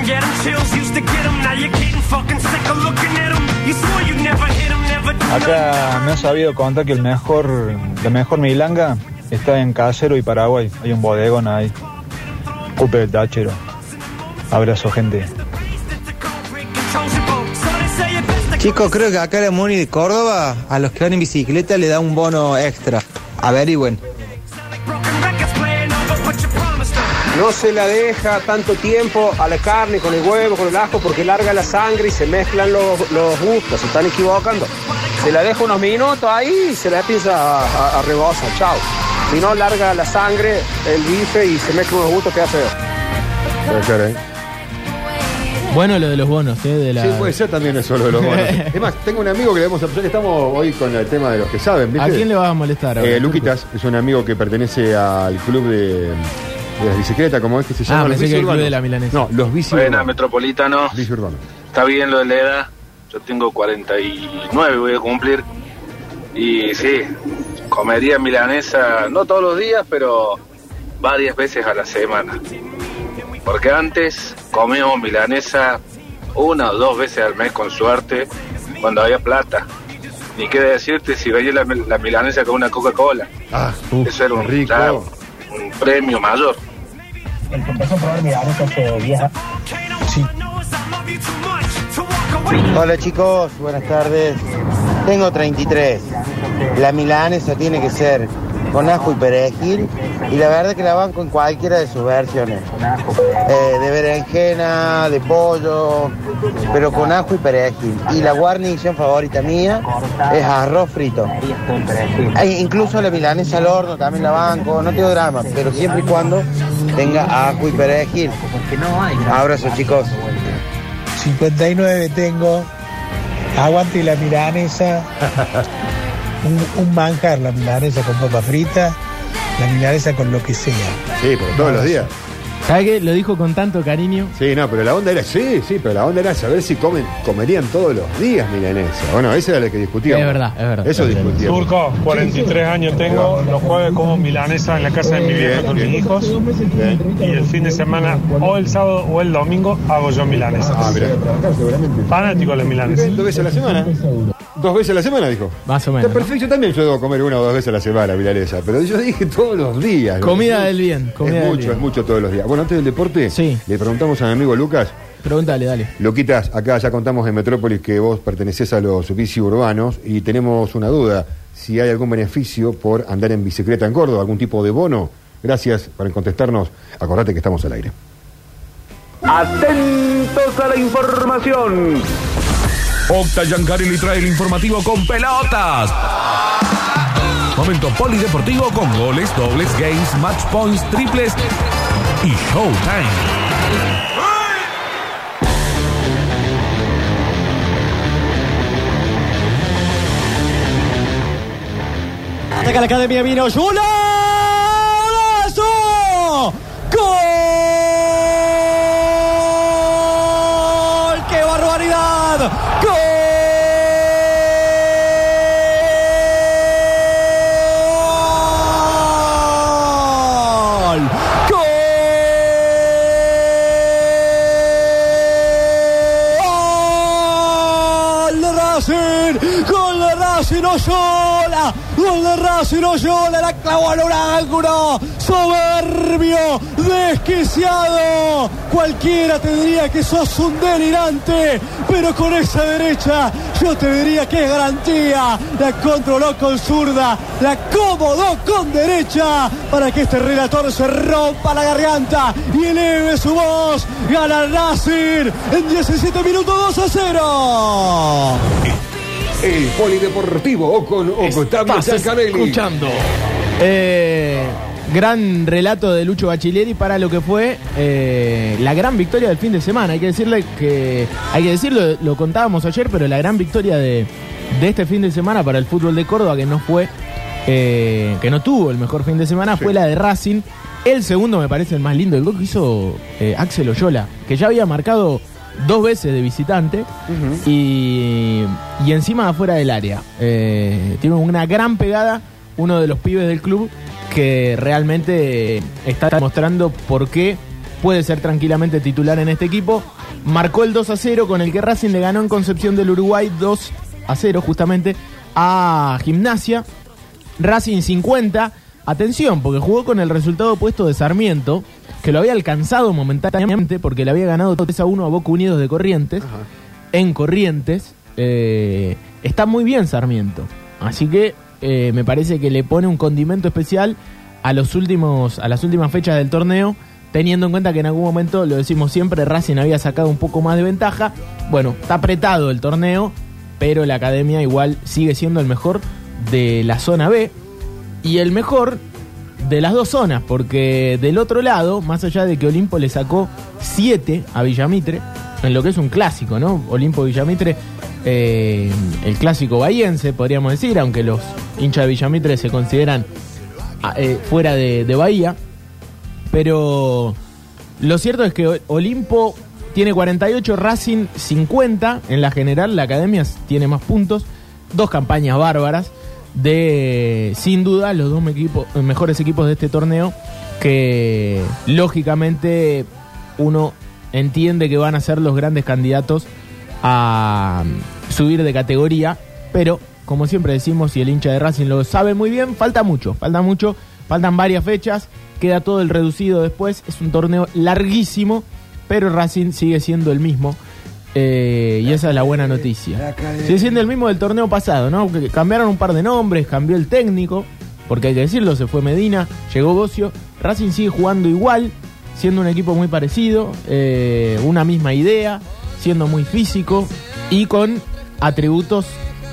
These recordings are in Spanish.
Acá me ha sabido contar que la mejor milanga está en Casero y Paraguay. Hay un bodegón ahí. Cupe del Tachero. Abrazo, gente. Chicos, creo que acá en la Muni de Córdoba, a los que van en bicicleta le da un bono extra. Averigüen. No se la deja tanto tiempo a la carne con el huevo, con el ajo, porque larga la sangre y se mezclan los gustos, se están equivocando. Se la deja unos minutos ahí y se la empieza a rebosar, chao. Si no, larga la sangre, el bife y se mezclan unos gustos, queda feo. Bueno, lo de los bonos, de la... Sí, puede ser también eso, lo de los bonos. Es más, tengo un amigo que le vamos a... Ya que estamos hoy con el tema de los que saben, ¿viste? ¿A quién le vas a molestar ahora? Luquitas es un amigo que pertenece al club de las bicicletas, como es que se llama. Pensé que el club de la milanesa. No, los bici Buena, urbanos. Metropolitano. Bici urbanos. Está bien lo de la edad. Yo tengo 49, voy a cumplir. Y sí, comería milanesa, no todos los días, pero varias veces a la semana. Porque antes comíamos milanesa 1 o 2 veces al mes con suerte, cuando había plata. Ni qué decirte si veía la milanesa con una Coca-Cola. Eso era un premio mayor. Sí. Hola chicos, buenas tardes. Tengo 33. La milanesa tiene que ser con ajo y perejil, y la verdad que la banco en cualquiera de sus versiones, de berenjena, de pollo, pero con ajo y perejil. Y la guarnición favorita mía es arroz frito. Incluso la milanesa al horno también la banco, no tengo drama, pero siempre y cuando tenga ajo y perejil. Abrazo chicos. 59 tengo. Aguante la milanesa. Un manjar, la milanesa con papa frita, la milanesa con lo que sea. Sí, pero todos los días. ¿Sabe qué? Lo dijo con tanto cariño. Sí, no, pero la onda era, pero la onda era saber si comerían todos los días milanesa. Bueno, esa era la que discutíamos. Es verdad. Eso discutíamos. Turco, 43 años tengo, los jueves como milanesa en la casa de mi vieja con mis hijos. Y el fin de semana, o el sábado o el domingo, hago yo milanesa. Mira. Fanático de las milanesas. 2 veces a la semana. 2 veces a la semana, dijo. Más o menos. Está perfecto, yo también yo debo comer 1 o 2 veces a la semana milanesa, pero yo dije todos los días. Comida del bien. Es mucho todos los días. Bueno, antes del deporte, le preguntamos a mi amigo Lucas. Pregúntale, dale. Luquitas, acá ya contamos en Metrópolis que vos pertenecés a los bici urbanos y tenemos una duda. Si hay algún beneficio por andar en bicicleta en Córdoba, algún tipo de bono. Gracias por contestarnos. Acordate que estamos al aire. Atentos a la información. Octa Giancarelli trae el informativo con pelotas. Momento polideportivo con goles, dobles, games, match points, triples y showtime. Ataca la Academia Vino Yula. ¡Golazo! ¡Gol! ¡Qué barbaridad! ¡Gol! Gol de Racing Oyola, gol de Racing Oyola, la clavó al ángulo, soberbio, desquiciado, cualquiera te diría que sos un delirante, pero con esa derecha yo te diría que es garantía, la controló con zurda, la acomodó con derecha, para que este relator se rompa la garganta y eleve su voz, gana Racing en 17 minutos 2-0. El polideportivo con Octavio Giancarelli. Escuchando. Gran relato de Lucho Bachilleri para lo que fue la gran victoria del fin de semana. Hay que decirlo, lo contábamos ayer, pero la gran victoria de este fin de semana para el fútbol de Córdoba, que no tuvo el mejor fin de semana, fue la de Racing. El segundo me parece el más lindo, el gol que hizo Axel Oyola, que ya había marcado 2 veces de visitante y encima afuera del área. Tiene una gran pegada, uno de los pibes del club que realmente está demostrando por qué puede ser tranquilamente titular en este equipo. Marcó el 2-0 con el que Racing le ganó en Concepción del Uruguay 2-0 justamente a Gimnasia. Racing 50, atención, porque jugó con el resultado opuesto de Sarmiento, que lo había alcanzado momentáneamente porque le había ganado 3-1 a Boca Unidos de Corrientes. Ajá. En Corrientes. Está muy bien Sarmiento, así que me parece que le pone un condimento especial a las últimas fechas del torneo, teniendo en cuenta que en algún momento, lo decimos siempre, Racing había sacado un poco más de ventaja. Bueno, está apretado el torneo, pero la academia igual sigue siendo el mejor de la zona B y el mejor de las dos zonas, porque del otro lado, más allá de que Olimpo le sacó 7 a Villamitre, en lo que es un clásico, ¿no? Olimpo-Villamitre, el clásico bahiense, podríamos decir, aunque los hinchas de Villamitre se consideran fuera de Bahía. Pero lo cierto es que Olimpo tiene 48, Racing 50. En la general, la academia tiene más puntos. 2 campañas bárbaras de, sin duda, los 2 mejores equipos de este torneo, que lógicamente uno entiende que van a ser los grandes candidatos a subir de categoría, pero como siempre decimos, y el hincha de Racing lo sabe muy bien, faltan varias fechas, queda todo el reducido después, es un torneo larguísimo, pero Racing sigue siendo el mismo, y esa es la buena noticia. Sigue siendo el mismo del torneo pasado, ¿no? Cambiaron un par de nombres, cambió el técnico, porque hay que decirlo, se fue Medina, llegó Bocio. Racing sigue jugando igual, siendo un equipo muy parecido, una misma idea, siendo muy físico y con atributos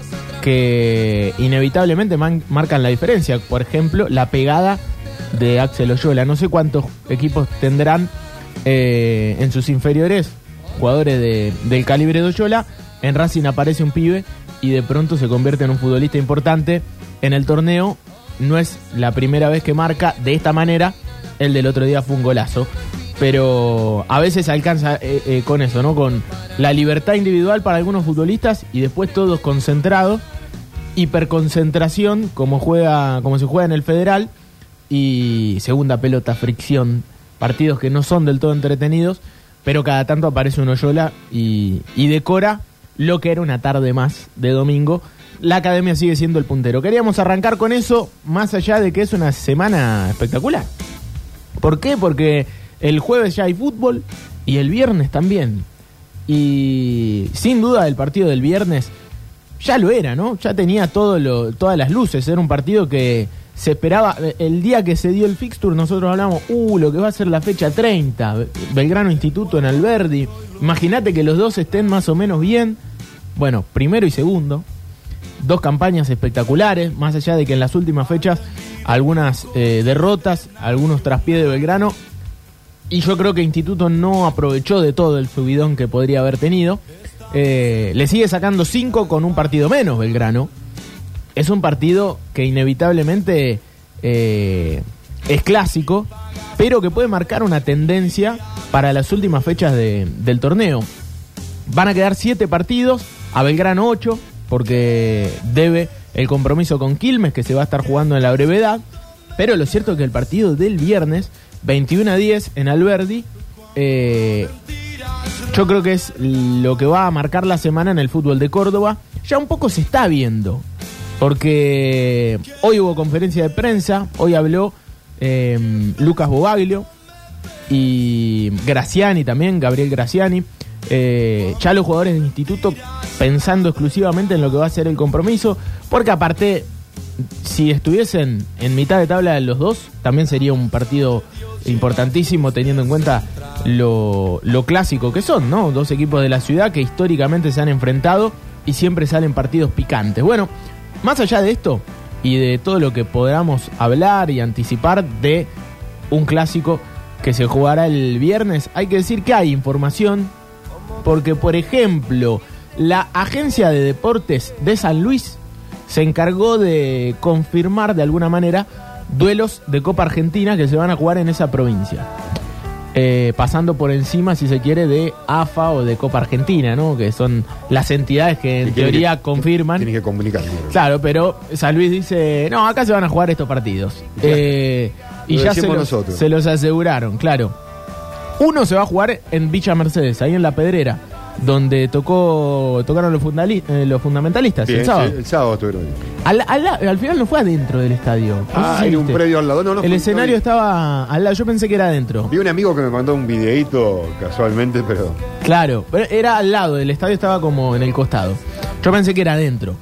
que inevitablemente marcan la diferencia. Por ejemplo, la pegada de Axel Oyola. No sé cuántos equipos tendrán en sus inferiores jugadores del calibre de Oyola. En Racing aparece un pibe y de pronto se convierte en un futbolista importante en el torneo. No es la primera vez que marca de esta manera. El del otro día fue un golazo, pero a veces alcanza con eso, ¿no? Con la libertad individual para algunos futbolistas y después todos concentrados, hiperconcentración, como se juega en el Federal, y segunda pelota, fricción, partidos que no son del todo entretenidos, pero cada tanto aparece un Oyola y decora lo que era una tarde más de domingo. La academia sigue siendo el puntero. Queríamos arrancar con eso, más allá de que es una semana espectacular. ¿Por qué? Porque el jueves ya hay fútbol y el viernes también. Y sin duda el partido del viernes ya lo era, ¿no? Ya tenía todas las luces. Era un partido que se esperaba. El día que se dio el fixture nosotros hablamos, lo que va a ser la fecha 30, Belgrano Instituto en Alberdi. Imagínate que los dos estén más o menos bien. Bueno, primero y segundo. 2 campañas espectaculares, más allá de que en las últimas fechas algunas derrotas, algunos traspiés de Belgrano, y yo creo que Instituto no aprovechó de todo el subidón que podría haber tenido. Le sigue sacando 5 con un partido menos Belgrano. Es un partido que inevitablemente es clásico, pero que puede marcar una tendencia para las últimas fechas del torneo. Van a quedar 7 partidos, a Belgrano 8, porque debe el compromiso con Quilmes, que se va a estar jugando en la brevedad. Pero lo cierto es que el partido del viernes, 21-10 en Alberdi, yo creo que es lo que va a marcar la semana en el fútbol de Córdoba. Ya un poco se está viendo, porque hoy hubo conferencia de prensa, hoy habló Lucas Bobaglio y Graciani también, Gabriel Graciani. Ya los jugadores de Instituto pensando exclusivamente en lo que va a ser el compromiso, porque aparte, si estuviesen en mitad de tabla de los dos, también sería un partido importantísimo, teniendo en cuenta lo clásico que son, ¿no? 2 equipos de la ciudad que históricamente se han enfrentado y siempre salen partidos picantes. Bueno, más allá de esto y de todo lo que podamos hablar y anticipar de un clásico que se jugará el viernes, hay que decir que hay información, porque por ejemplo la agencia de deportes de San Luis se encargó de confirmar de alguna manera duelos de Copa Argentina que se van a jugar en esa provincia, pasando por encima, si se quiere, de AFA o de Copa Argentina, ¿no? Que son las entidades que en teoría confirman. Tienen que comunicar. Claro, pero San Luis dice, no, acá se van a jugar estos partidos. Y ya se los aseguraron, claro. Uno se va a jugar en Villa Mercedes, ahí en La Pedrera, donde tocaron los fundamentalistas. Bien, el sábado. Sí, el sábado estuvieron ahí. Al final no fue adentro del estadio. En un predio al lado. No, el escenario estaba al lado, yo pensé que era adentro. Vi un amigo que me mandó un videíto casualmente, pero... Claro, pero era al lado, el estadio estaba como en el costado. Yo pensé que era adentro.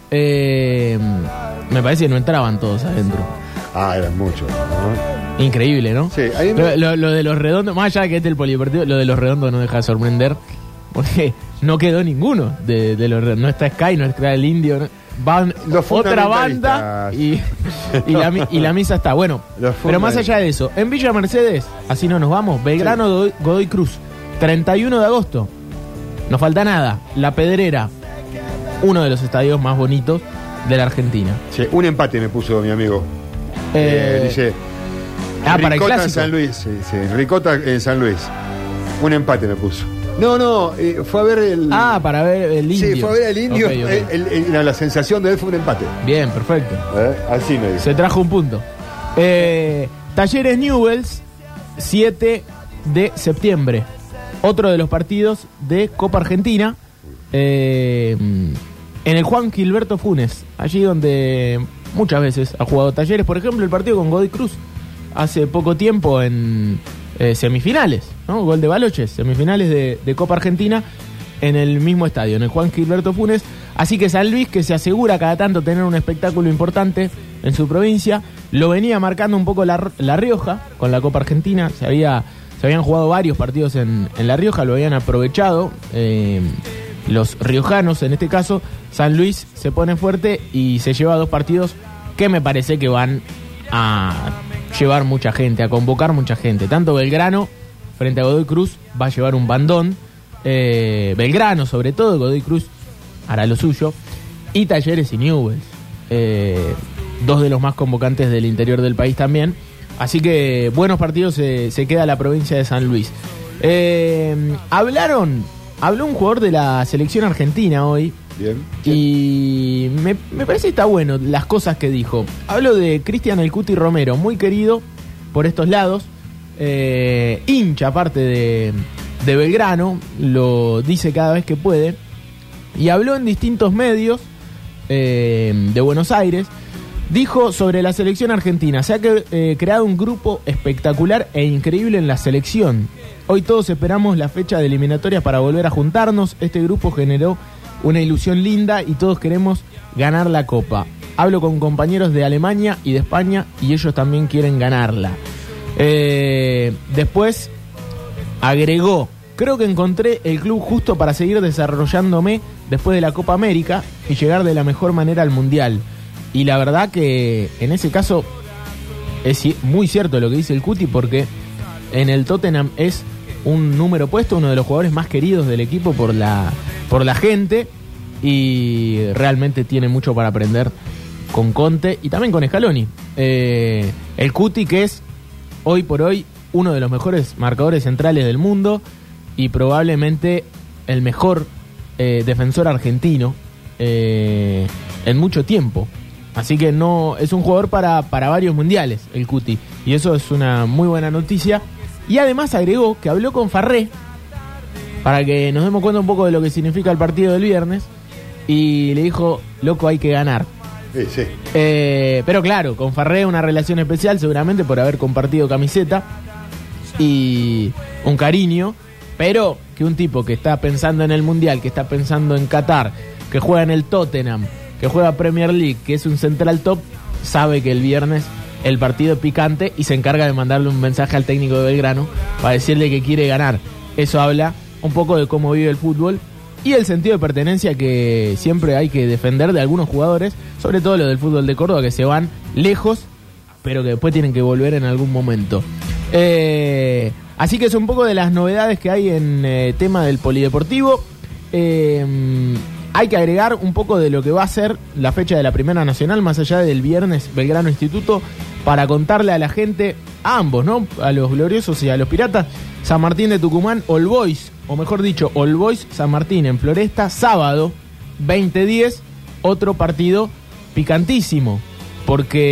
Me parece que no entraban todos adentro. Eran muchos, ¿no? Increíble, ¿no? Sí, lo de los redondos, más allá de que este es el polideportivo, lo de los redondos no deja de sorprender, porque no quedó ninguno de los redondos. No está Sky, no está el Indio, ¿no? Van otra banda y la misa está. Bueno, pero más allá de eso, en Villa Mercedes, así no nos vamos, Belgrano, Godoy Cruz, 31 de agosto. No falta nada. La Pedrera, uno de los estadios más bonitos de la Argentina. Sí, un empate me puso mi amigo. Dice... para el clásico. En San Luis, sí. Ricota en San Luis. Un empate me puso. No, fue a ver el... para ver el Indio. Sí, fue a ver el Indio. Okay. La sensación de él fue un empate. Bien, perfecto. Así me dice. Se trajo un punto. Talleres Newell's, 7 de septiembre. Otro de los partidos de Copa Argentina. En el Juan Gilberto Funes. Allí donde muchas veces ha jugado Talleres. Por ejemplo, el partido con Godoy Cruz. Hace poco tiempo en semifinales, ¿no? Gol de Baloches, semifinales de Copa Argentina en el mismo estadio, en el Juan Gilberto Funes. Así que San Luis, que se asegura cada tanto tener un espectáculo importante en su provincia, lo venía marcando un poco La Rioja con la Copa Argentina. Se habían jugado varios partidos en La Rioja, lo habían aprovechado los riojanos en este caso. San Luis se pone fuerte y se lleva 2 partidos que me parece que van a llevar mucha gente, a convocar mucha gente. Tanto Belgrano frente a Godoy Cruz va a llevar un bandón, Belgrano sobre todo, Godoy Cruz hará lo suyo, y Talleres y Newell's, 2 de los más convocantes del interior del país también. Así que buenos partidos, se queda la provincia de San Luis. Habló un jugador de la selección argentina hoy. Bien. Y me parece que está bueno las cosas que dijo. Hablo de Cristian El Cuti Romero, muy querido por estos lados, hincha aparte de Belgrano, lo dice cada vez que puede, y habló en distintos medios de Buenos Aires. Dijo sobre la selección argentina: se ha creado un grupo espectacular e increíble en la selección. Hoy todos esperamos la fecha de eliminatorias para volver a juntarnos. Este grupo generó una ilusión linda y todos queremos ganar la Copa. Hablo con compañeros de Alemania y de España y ellos también quieren ganarla. Después agregó: creo que encontré el club justo para seguir desarrollándome después de la Copa América y llegar de la mejor manera al Mundial. Y la verdad que en ese caso es muy cierto lo que dice el Cuti, porque en el Tottenham es un número puesto, uno de los jugadores más queridos del equipo por la gente, y realmente tiene mucho para aprender con Conte y también con Scaloni. El Cuti, que es hoy por hoy uno de los mejores marcadores centrales del mundo y probablemente el mejor defensor argentino en mucho tiempo. Así que no es un jugador para varios mundiales, el Cuti, y eso es una muy buena noticia. Y además agregó que habló con Farré para que nos demos cuenta un poco de lo que significa el partido del viernes, y le dijo: loco, hay que ganar. Sí. Pero claro, con Farré una relación especial, seguramente por haber compartido camiseta y un cariño, pero que un tipo que está pensando en el Mundial, que está pensando en Qatar, que juega en el Tottenham, que juega Premier League, que es un central top, sabe que el viernes el partido es picante y se encarga de mandarle un mensaje al técnico de Belgrano para decirle que quiere ganar. Eso habla un poco de cómo vive el fútbol y el sentido de pertenencia que siempre hay que defender de algunos jugadores, sobre todo lo del fútbol de Córdoba, que se van lejos, pero que después tienen que volver en algún momento. Así que es un poco de las novedades que hay en tema del polideportivo. Hay que agregar un poco de lo que va a ser la fecha de la Primera Nacional, más allá del viernes Belgrano Instituto, para contarle a la gente, a ambos, ¿no? A los gloriosos y a los piratas. San Martín de Tucumán, All Boys, o mejor dicho, All Boys San Martín en Floresta, sábado 20:10, otro partido picantísimo,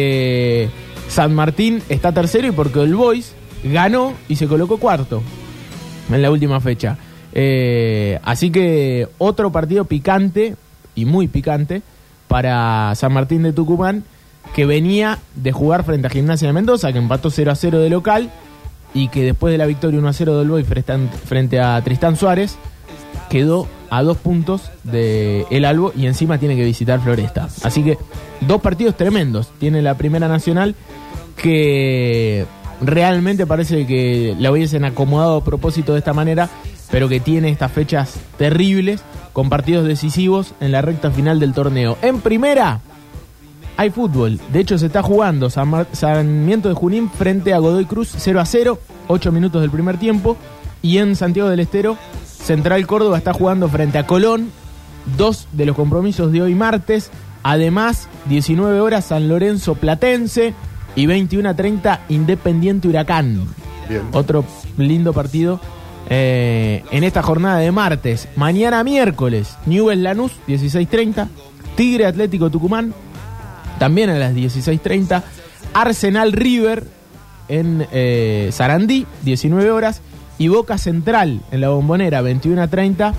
porque San Martín está tercero y porque All Boys ganó y se colocó cuarto. en la última fecha. Así que otro partido picante, y muy picante, para San Martín de Tucumán, que venía de jugar frente a Gimnasia de Mendoza, que empató 0-0 de local, y que después de la victoria 1-0 del Boy frente a Tristán Suárez, quedó a 2 puntos de El Albo y encima tiene que visitar Floresta. Así que 2 partidos tremendos tiene la Primera Nacional, que realmente parece que la hubiesen acomodado a propósito de esta manera, pero que tiene estas fechas terribles con partidos decisivos en la recta final del torneo. En Primera hay fútbol, de hecho se está jugando Sarmiento de Junín frente a Godoy Cruz 0-0, 8 minutos del primer tiempo, y en Santiago del Estero Central Córdoba está jugando frente a Colón, 2 de los compromisos de hoy martes. Además, 19 horas San Lorenzo Platense y 21:30 Independiente Huracán. Bien. Otro lindo partido en esta jornada de martes. Mañana miércoles, Newell's Lanús, 16:30. Tigre Atlético Tucumán, también a las 16:30. Arsenal River en Sarandí, 19 horas. Y Boca Central en la Bombonera, 21:30.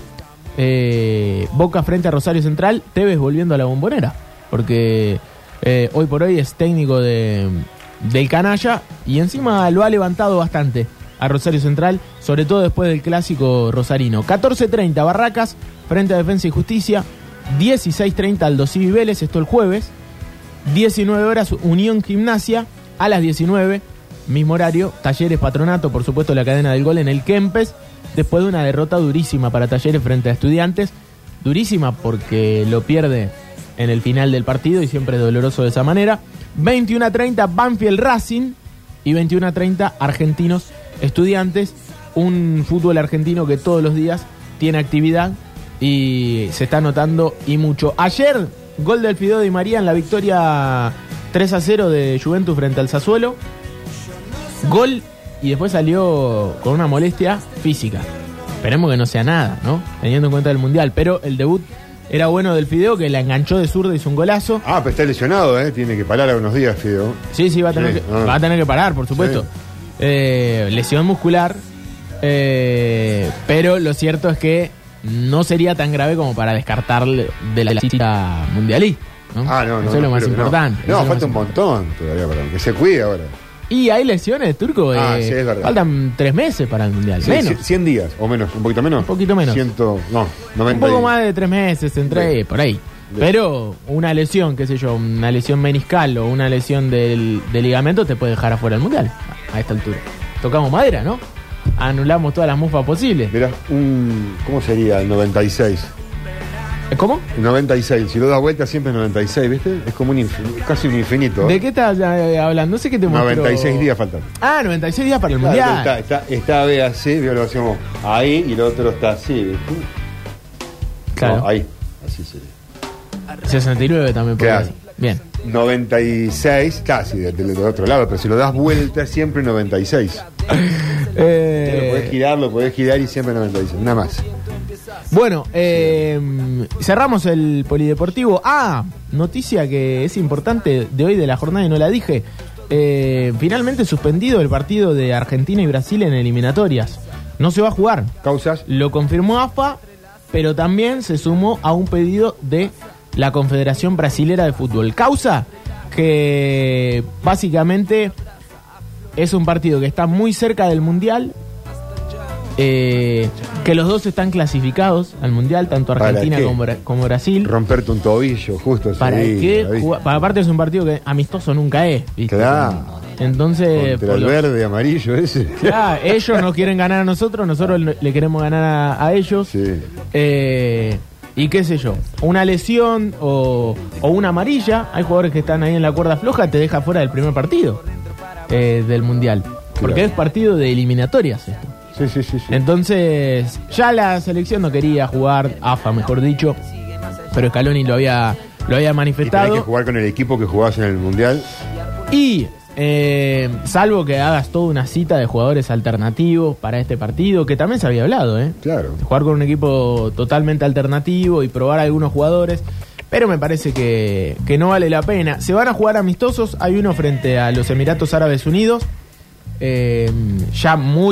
Boca frente a Rosario Central. Tevez volviendo a la Bombonera, porque hoy por hoy es técnico del canalla, y encima lo ha levantado bastante a Rosario Central, sobre todo después del clásico rosarino. 14:30 Barracas frente a Defensa y Justicia. 16:30 Aldo Civi Vélez, esto el jueves. 19 horas Unión Gimnasia. A las 19, mismo horario, Talleres Patronato, por supuesto la cadena del gol en el Kempes, después de una derrota durísima para Talleres frente a Estudiantes. Durísima porque lo pierde en el final del partido y siempre es doloroso de esa manera. 21:30 Banfield Racing y 21:30 Argentinos Estudiantes. Un fútbol argentino que todos los días tiene actividad y se está notando y mucho. Ayer, gol del Fideo Di María en la victoria 3-0 de Juventus frente al Sassuolo. Gol, y después salió con una molestia física. Esperemos que no sea nada, ¿no? Teniendo en cuenta el Mundial. Pero el debut era bueno del Fideo, que la enganchó de zurda y hizo un golazo. Ah, pero está lesionado, ¿eh? Tiene que parar algunos días, Fideo. Sí, va a tener que parar, por supuesto. Sí. Lesión muscular. Pero lo cierto es que no sería tan grave como para descartarle de la cita mundialista, ¿no? Eso es lo más importante. No, falta un montón todavía para que se cuide ahora. Y hay lesiones, Turco. Sí, es verdad. Faltan 3 meses para el Mundial. Sí, menos. 100 días o menos, un poquito menos. Un poquito menos. 90 un poco más de 3 meses, por ahí. Pero una lesión, qué sé yo, una lesión meniscal o una lesión del ligamento te puede dejar afuera del Mundial a esta altura. Tocamos madera, ¿no? Anulamos todas las mufas posibles. Mirá, ¿cómo sería el 96? ¿Cómo? El 96, si lo das vuelta siempre es 96, ¿viste? Es como casi un infinito. ¿De qué estás hablando? No sé qué te muestro. 96 días faltan. 96 días para el Mundial. Está B así, lo hacemos ahí y el otro está así, ¿viste? Claro. No, ahí, así sería. 69 también, claro. Bien. 96, casi del otro lado, pero si lo das vuelta siempre 96. Lo podés girar y siempre 96, nada más. Bueno, cerramos el polideportivo. Noticia que es importante de hoy de la jornada y no la dije. Finalmente suspendido el partido de Argentina y Brasil en eliminatorias. No se va a jugar. ¿Causas? Lo confirmó AFA, pero también se sumó a un pedido de la Confederación Brasilera de Fútbol. Causa que básicamente es un partido que está muy cerca del Mundial, que los dos están clasificados al Mundial, tanto Argentina como Brasil. Romperte un tobillo, justo. ¿Para qué? Aparte es un partido que amistoso nunca es, ¿viste? Claro. Entonces, contra el verde y amarillo ese. Claro, ellos nos quieren ganar a nosotros le queremos ganar a ellos. Sí. Y qué sé yo, una lesión o una amarilla, hay jugadores que están ahí en la cuerda floja, te deja fuera del primer partido del Mundial. Porque es partido de eliminatorias esto. Sí. Entonces, ya la selección no quería jugar, AFA mejor dicho, pero Scaloni lo había manifestado. Y tenés que jugar con el equipo que jugabas en el Mundial. Y salvo que hagas toda una cita de jugadores alternativos para este partido, que también se había hablado, Claro. Jugar con un equipo totalmente alternativo y probar a algunos jugadores, pero me parece que no vale la pena. Se van a jugar amistosos, hay uno frente a los Emiratos Árabes Unidos, ya muy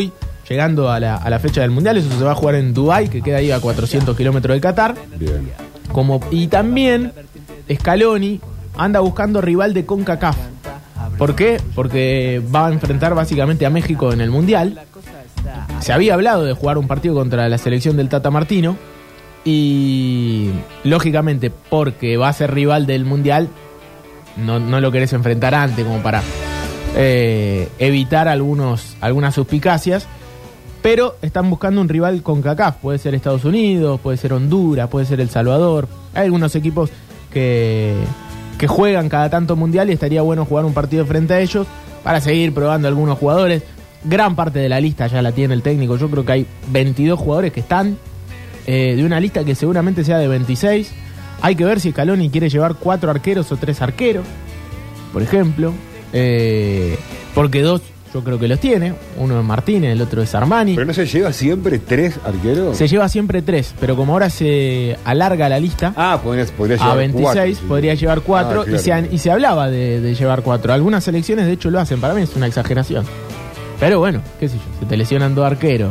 llegando a la fecha del Mundial. Eso se va a jugar en Dubái, que queda ahí a 400 kilómetros de Qatar. Bien. Y también Scaloni anda buscando rival de CONCACAF. ¿Por qué? Porque va a enfrentar básicamente a México en el Mundial. Se había hablado de jugar un partido contra la selección del Tata Martino. Y lógicamente, porque va a ser rival del Mundial, no lo querés enfrentar antes, como para evitar algunas suspicacias. Pero están buscando un rival con CONCACAF. Puede ser Estados Unidos, puede ser Honduras, puede ser El Salvador. Hay algunos equipos que juegan cada tanto Mundial y estaría bueno jugar un partido frente a ellos para seguir probando algunos jugadores. Gran parte de la lista ya la tiene el técnico. Yo creo que hay 22 jugadores que están de una lista que seguramente sea de 26. Hay que ver si Scaloni quiere llevar 4 arqueros o 3 arqueros, por ejemplo, porque 2 yo creo que los tiene. Uno es Martínez, el otro es Armani. ¿Pero no se lleva siempre 3 arqueros? Se lleva siempre 3, pero como ahora se alarga la lista podría llevar a 26, 4, sí. Podría llevar 4, claro. y se hablaba de llevar 4. Algunas selecciones de hecho lo hacen. Para mí es una exageración, pero bueno, qué sé yo, se te lesionan 2 arqueros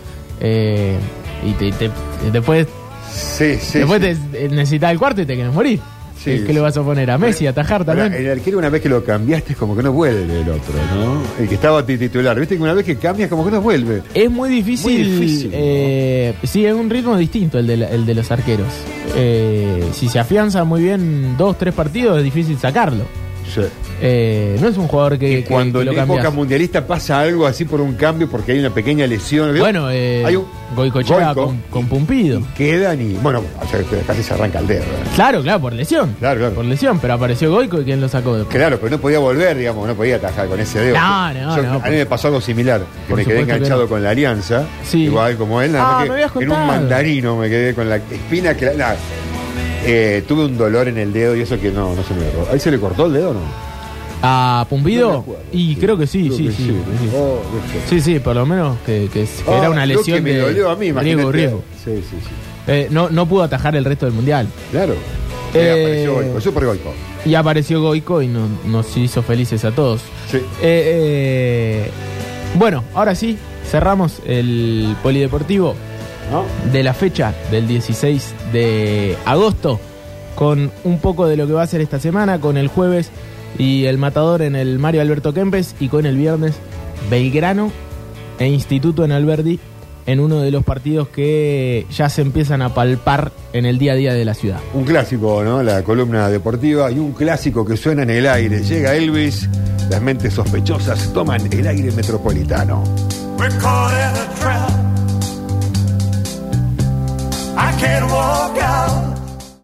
y después te necesitas el cuarto y te quieres morir. Sí, ¿qué le vas a poner? ¿A Messi a atajar también? El arquero, una vez que lo cambiaste, es como que no vuelve el otro, ¿no? El que estaba titular. ¿Viste que una vez que cambias, como que no vuelve? Es muy difícil. Sí, es un ritmo distinto el de los arqueros. Si se afianza muy bien 2-3 partidos, es difícil sacarlo. Sí. No es un jugador que cuando que lo en época cambias. mundialista pasa algo así por un cambio, porque hay una pequeña lesión. Bueno, hay un Goicoechea con Pumpido. Y quedan y, bueno, o sea, casi se arranca el dedo. Claro, por lesión. Claro. Por lesión, pero apareció Goico y ¿quién lo sacó después? Claro, pero no podía volver, digamos, no podía atajar con ese dedo. A mí me pasó algo similar, que me quedé enganchado con la Alianza, sí. Igual como él, nada más que en un mandarino me quedé con la espina que tuve un dolor en el dedo y eso que no se me agarró. ¿Ahí se le cortó el dedo o no? ¿A Pumpido? No y creo que sí. Sí, por lo menos que era una lesión que me dolió a mí, Riego. Sí. No pudo atajar el resto del Mundial. Claro. Apareció Goico, super Goico. Y apareció Goico y nos hizo felices a todos. Sí. Bueno, ahora sí, cerramos el polideportivo de la fecha del 16 de agosto con un poco de lo que va a ser esta semana, con el jueves y el Matador en el Mario Alberto Kempes, y con el viernes Belgrano e Instituto en Alberdi, en uno de los partidos que ya se empiezan a palpar en el día a día de la ciudad. Un clásico, ¿no? La columna deportiva y un clásico que suena en el aire. Llega Elvis, las mentes sospechosas toman el aire metropolitano. I can't walk out.